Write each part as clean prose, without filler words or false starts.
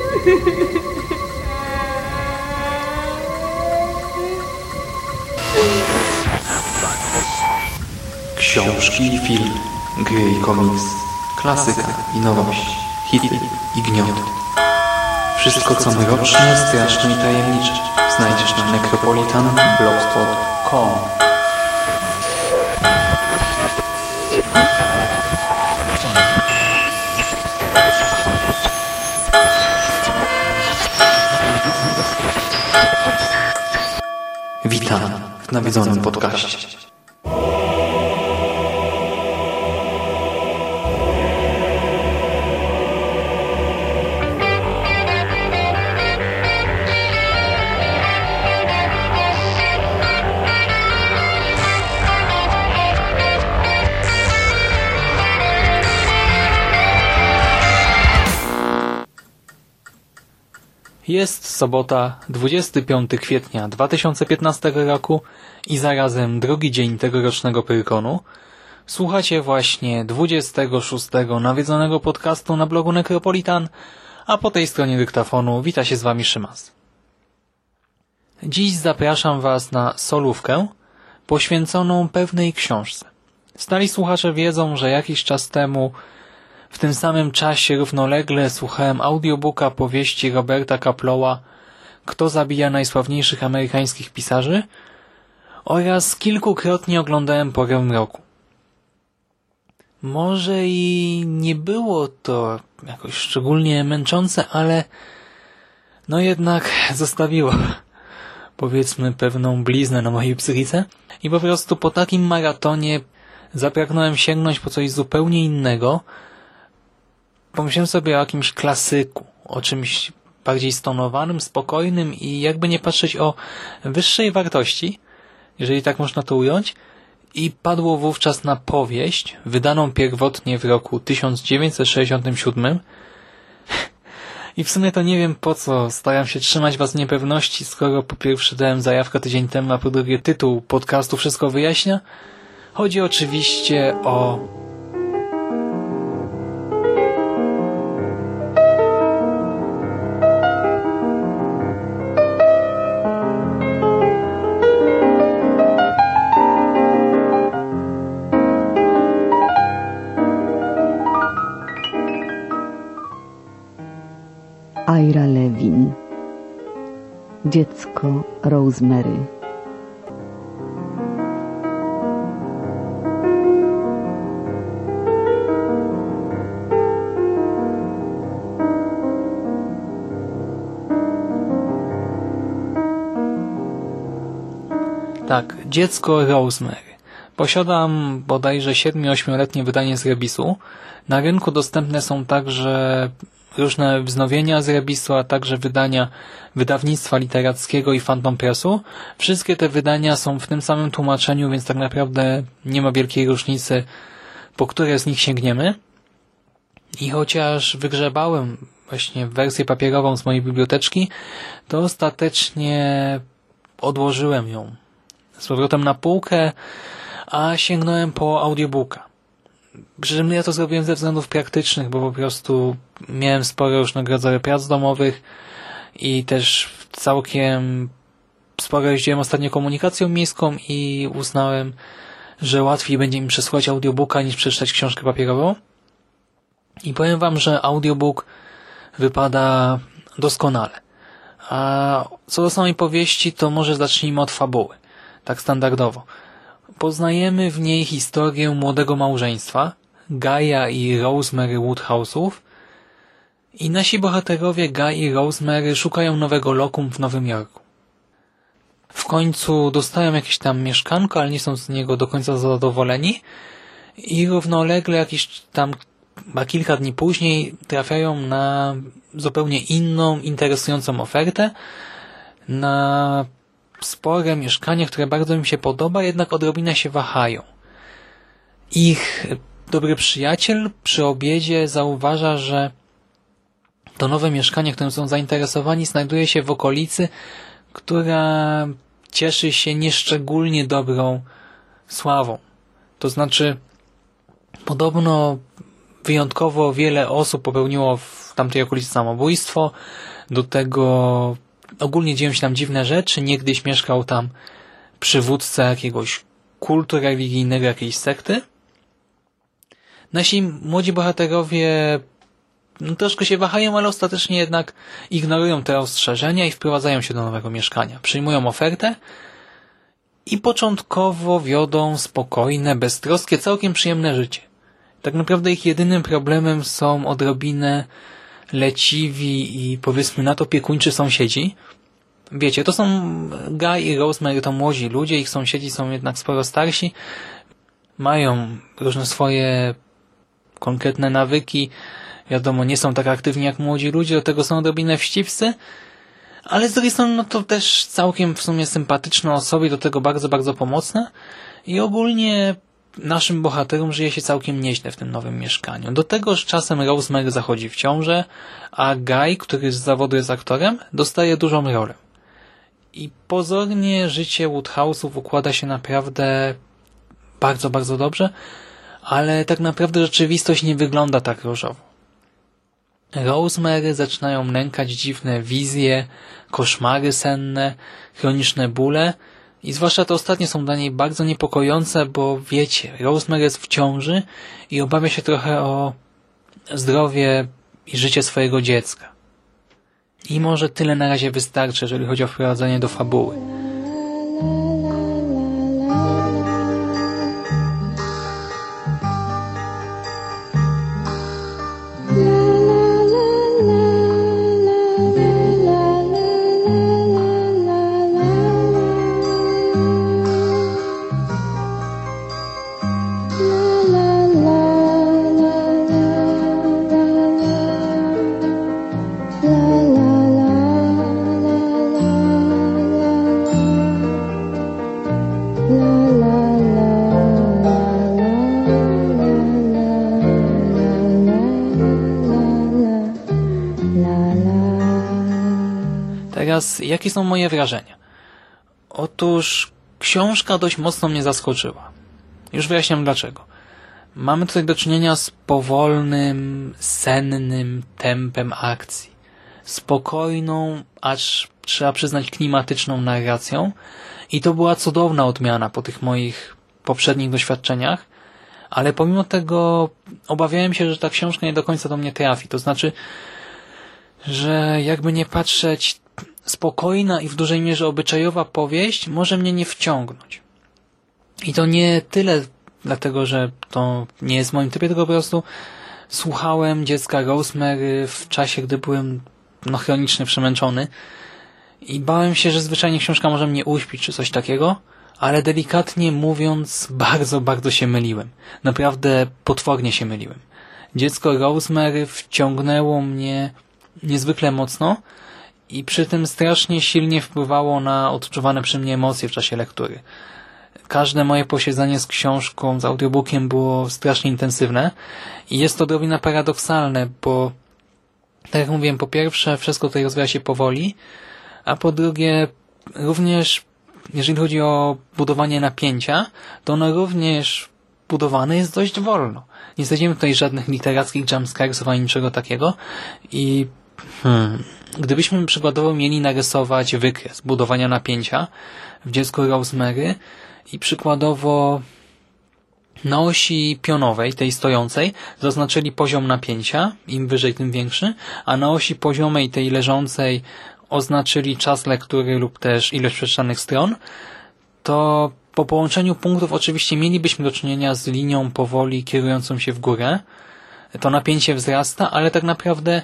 Książki i film, gry i komiks, klasyka i nowość, hity i gnioty. Wszystko co mroczne, straszne i tajemnicze znajdziesz na necropolitanblogspot.com. Witam w nawiedzonym podcaście. Jest sobota, 25 kwietnia 2015 roku i zarazem drugi dzień tegorocznego Pyrkonu. Słuchacie właśnie 26. nawiedzonego podcastu na blogu Necropolitan, a po tej stronie dyktafonu wita się z Wami Szymas. Dziś zapraszam Was na solówkę poświęconą pewnej książce. Stali słuchacze wiedzą, że jakiś czas temu w tym samym czasie równolegle słuchałem audiobooka powieści Roberta Kaplowa Kto zabija najsławniejszych amerykańskich pisarzy oraz kilkukrotnie oglądałem Porę mroku. Może i nie było to jakoś szczególnie męczące, ale no jednak zostawiło, powiedzmy, pewną bliznę na mojej psychice i po prostu po takim maratonie zapragnąłem sięgnąć po coś zupełnie innego. Pomyślałem sobie o jakimś klasyku, o czymś bardziej stonowanym, spokojnym i jakby nie patrzeć o wyższej wartości, jeżeli tak można to ująć, i padło wówczas na powieść, wydaną pierwotnie w roku 1967. I w sumie to nie wiem po co staram się trzymać Was w niepewności, skoro po pierwsze dałem zajawkę tydzień temu, a po drugie tytuł podcastu wszystko wyjaśnia. Chodzi oczywiście o Ira Levin. Dziecko Rosemary. Tak, Dziecko Rosemary. Posiadam bodajże 7-8-letnie wydanie z Rebisu. Na rynku dostępne są także różne wznowienia z Rebisu, a także wydania wydawnictwa literackiego i Phantom Pressu. Wszystkie te wydania są w tym samym tłumaczeniu, więc tak naprawdę nie ma wielkiej różnicy, po które z nich sięgniemy. I chociaż wygrzebałem właśnie wersję papierową z mojej biblioteczki, to ostatecznie odłożyłem ją z powrotem na półkę, a sięgnąłem po audiobooka. Przy czym ja to zrobiłem ze względów praktycznych, bo po prostu miałem sporo różnego rodzaju prac domowych i też całkiem sporo jeździłem ostatnio komunikacją miejską i uznałem, że łatwiej będzie mi przesłuchać audiobooka niż przeczytać książkę papierową. I powiem Wam, że audiobook wypada doskonale. A co do samej powieści, to może zacznijmy od fabuły. Tak standardowo. Poznajemy w niej historię młodego małżeństwa, Guy'a i Rosemary Woodhouse'ów, i nasi bohaterowie Guy i Rosemary szukają nowego lokum w Nowym Jorku. W końcu dostają jakieś tam mieszkanko, ale nie są z niego do końca zadowoleni i równolegle jakieś tam kilka dni później trafiają na zupełnie inną, interesującą ofertę, na spore mieszkanie, które bardzo im się podoba, jednak odrobinę się wahają. Ich dobry przyjaciel przy obiedzie zauważa, że to nowe mieszkanie, którym są zainteresowani, znajduje się w okolicy, która cieszy się nieszczególnie dobrą sławą. To znaczy, podobno wyjątkowo wiele osób popełniło w tamtej okolicy samobójstwo. Do tego ogólnie dzieją się tam dziwne rzeczy. Niegdyś mieszkał tam przywódca jakiegoś kultu religijnego, jakiejś sekty. Nasi młodzi bohaterowie troszkę się wahają, ale ostatecznie jednak ignorują te ostrzeżenia i wprowadzają się do nowego mieszkania. Przyjmują ofertę i początkowo wiodą spokojne, beztroskie, całkiem przyjemne życie. Tak naprawdę ich jedynym problemem są odrobinę leciwi i powiedzmy na to opiekuńczy sąsiedzi. Wiecie, to są Guy i Rosemary, to młodzi ludzie, ich sąsiedzi są jednak sporo starsi, mają różne swoje konkretne nawyki, wiadomo, nie są tak aktywni jak młodzi ludzie, do tego są odrobinę wścibscy, ale z drugiej strony no to też całkiem w sumie sympatyczne osoby, do tego bardzo, bardzo pomocne i ogólnie naszym bohaterom żyje się całkiem nieźle w tym nowym mieszkaniu. Do tego z czasem Rosemary zachodzi w ciążę, a Guy, który z zawodu jest aktorem, dostaje dużą rolę. I pozornie życie Woodhouse'ów układa się naprawdę bardzo, bardzo dobrze, ale tak naprawdę rzeczywistość nie wygląda tak różowo. Rosemary zaczynają nękać dziwne wizje, koszmary senne, chroniczne bóle i zwłaszcza te ostatnie są dla niej bardzo niepokojące, bo wiecie, Rosemary jest w ciąży i obawia się trochę o zdrowie i życie swojego dziecka. I może tyle na razie wystarczy, jeżeli chodzi o wprowadzenie do fabuły. Teraz, jakie są moje wrażenia? Otóż książka dość mocno mnie zaskoczyła. Już wyjaśniam dlaczego. Mamy tutaj do czynienia z powolnym, sennym tempem akcji. Spokojną, acz trzeba przyznać klimatyczną narracją. I to była cudowna odmiana po tych moich poprzednich doświadczeniach. Ale pomimo tego obawiałem się, że ta książka nie do końca do mnie trafi. To znaczy, że jakby nie patrzeć, spokojna i w dużej mierze obyczajowa powieść może mnie nie wciągnąć. I to nie tyle dlatego, że to nie jest w moim typie, tylko po prostu słuchałem Dziecka Rosemary w czasie, gdy byłem chronicznie przemęczony i bałem się, że zwyczajnie książka może mnie uśpić czy coś takiego, ale delikatnie mówiąc bardzo, bardzo się myliłem. Naprawdę potwornie się myliłem. Dziecko Rosemary wciągnęło mnie niezwykle mocno i przy tym strasznie silnie wpływało na odczuwane przy mnie emocje w czasie lektury. Każde moje posiedzenie z książką, z audiobookiem było strasznie intensywne i jest to odrobinę paradoksalne, bo tak jak mówiłem, po pierwsze wszystko tutaj rozwija się powoli, a po drugie również jeżeli chodzi o budowanie napięcia, to ono również budowane jest dość wolno. Nie znajdziemy tutaj żadnych literackich jumpscaresów ani niczego takiego i gdybyśmy przykładowo mieli narysować wykres budowania napięcia w Dziecku Rosemary i przykładowo na osi pionowej, tej stojącej, zaznaczyli poziom napięcia, im wyżej, tym większy, a na osi poziomej, tej leżącej, oznaczyli czas lektury lub też ilość przeczytanych stron, to po połączeniu punktów oczywiście mielibyśmy do czynienia z linią powoli kierującą się w górę. To napięcie wzrasta, ale tak naprawdę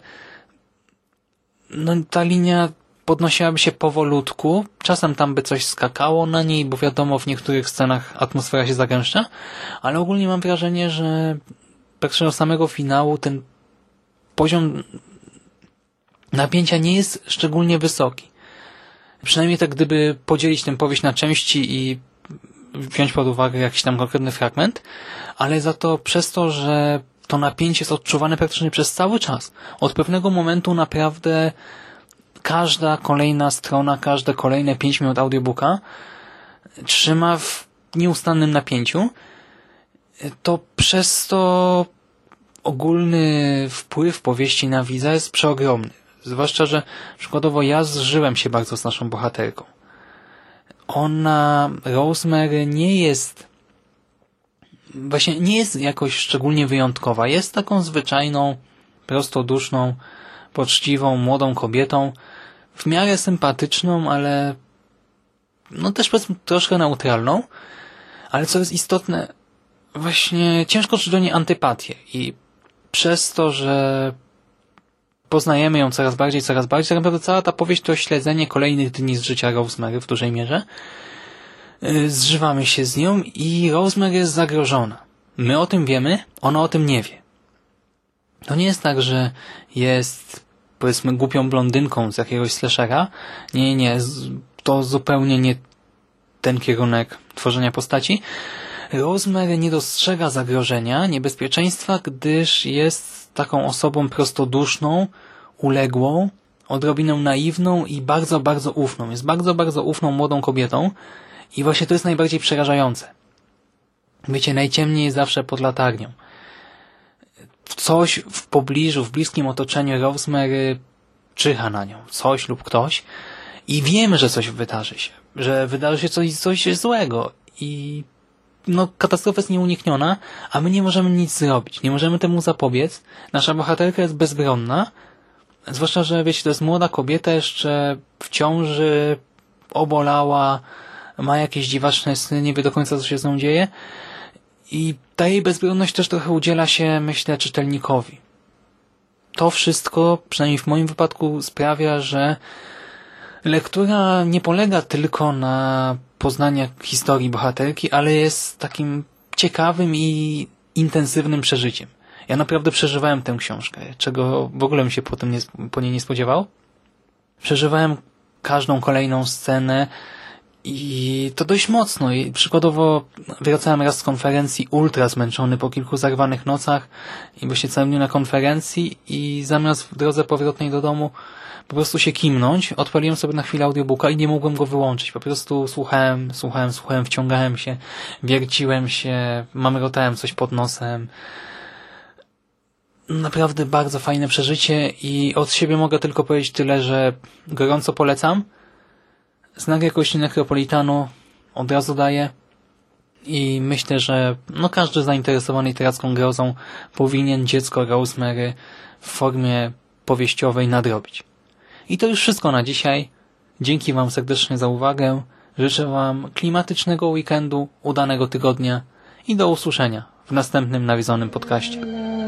ta linia podnosiłaby się powolutku. Czasem tam by coś skakało na niej, bo wiadomo, w niektórych scenach atmosfera się zagęszcza, ale ogólnie mam wrażenie, że praktycznie do samego finału ten poziom napięcia nie jest szczególnie wysoki. Przynajmniej tak, gdyby podzielić tę powieść na części i wziąć pod uwagę jakiś tam konkretny fragment, ale za to przez to, że to napięcie jest odczuwane praktycznie przez cały czas. Od pewnego momentu naprawdę każda kolejna strona, każde kolejne 5 minut audiobooka trzyma w nieustannym napięciu, to przez to ogólny wpływ powieści na widza jest przeogromny. Zwłaszcza, że przykładowo ja zżyłem się bardzo z naszą bohaterką. Rosemary nie jest jakoś szczególnie wyjątkowa. Jest taką zwyczajną, prostoduszną, poczciwą, młodą kobietą, w miarę sympatyczną, ale też powiedzmy troszkę neutralną, ale co jest istotne, właśnie ciężko czuć do niej antypatię i przez to, że poznajemy ją coraz bardziej, tak naprawdę cała ta powieść to śledzenie kolejnych dni z życia Rosemary w dużej mierze. Zżywamy się z nią i Rosemary jest zagrożona. My o tym wiemy, ona o tym nie wie. To nie jest tak, że jest, powiedzmy, głupią blondynką z jakiegoś slashera. Nie, to zupełnie nie ten kierunek tworzenia postaci. Rosemary nie dostrzega zagrożenia, niebezpieczeństwa, gdyż jest taką osobą prostoduszną, uległą, odrobinę naiwną i bardzo, bardzo ufną. Jest bardzo, bardzo ufną młodą kobietą i właśnie to jest najbardziej przerażające. Wiecie, najciemniej jest zawsze pod latarnią. Coś w pobliżu, w bliskim otoczeniu Rosemary czyha na nią. Coś lub ktoś i wiemy, że coś wydarzy się. Że wydarzy się coś złego i katastrofa jest nieunikniona, a my nie możemy nic zrobić. Nie możemy temu zapobiec. Nasza bohaterka jest bezbronna, zwłaszcza, że wiecie, to jest młoda kobieta, jeszcze w ciąży, obolała, ma jakieś dziwaczne sny, nie wie do końca, co się z nią dzieje. I ta jej bezbronność też trochę udziela się, myślę, czytelnikowi. To wszystko, przynajmniej w moim wypadku, sprawia, że lektura nie polega tylko na poznaniu historii bohaterki, ale jest takim ciekawym i intensywnym przeżyciem. Ja naprawdę przeżywałem tę książkę, czego w ogóle bym się po niej nie spodziewał. Przeżywałem każdą kolejną scenę i to dość mocno. I przykładowo wracałem raz z konferencji ultra zmęczony po kilku zarwanych nocach i właśnie całym dniu na konferencji i zamiast w drodze powrotnej do domu po prostu się kimnąć, odpaliłem sobie na chwilę audiobooka i nie mogłem go wyłączyć. Po prostu słuchałem, wciągałem się, wierciłem się, mamrotałem coś pod nosem. Naprawdę bardzo fajne przeżycie i od siebie mogę tylko powiedzieć tyle, że gorąco polecam. Znak jakości Necropolitanu od razu daję i myślę, że każdy zainteresowany literacką grozą powinien dziecko Rosemary w formie powieściowej nadrobić. I to już wszystko na dzisiaj. Dzięki Wam serdecznie za uwagę. Życzę Wam klimatycznego weekendu, udanego tygodnia i do usłyszenia w następnym nawiedzonym podcaście.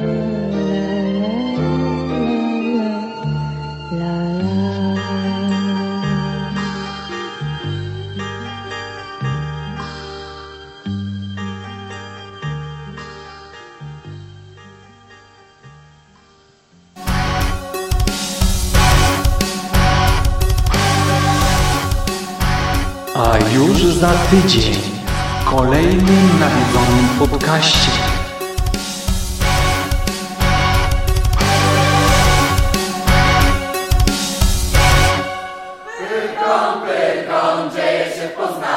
A już za tydzień w kolejnym nawiedzonym podcaście. Pykom, dzieje się w Poznaniu.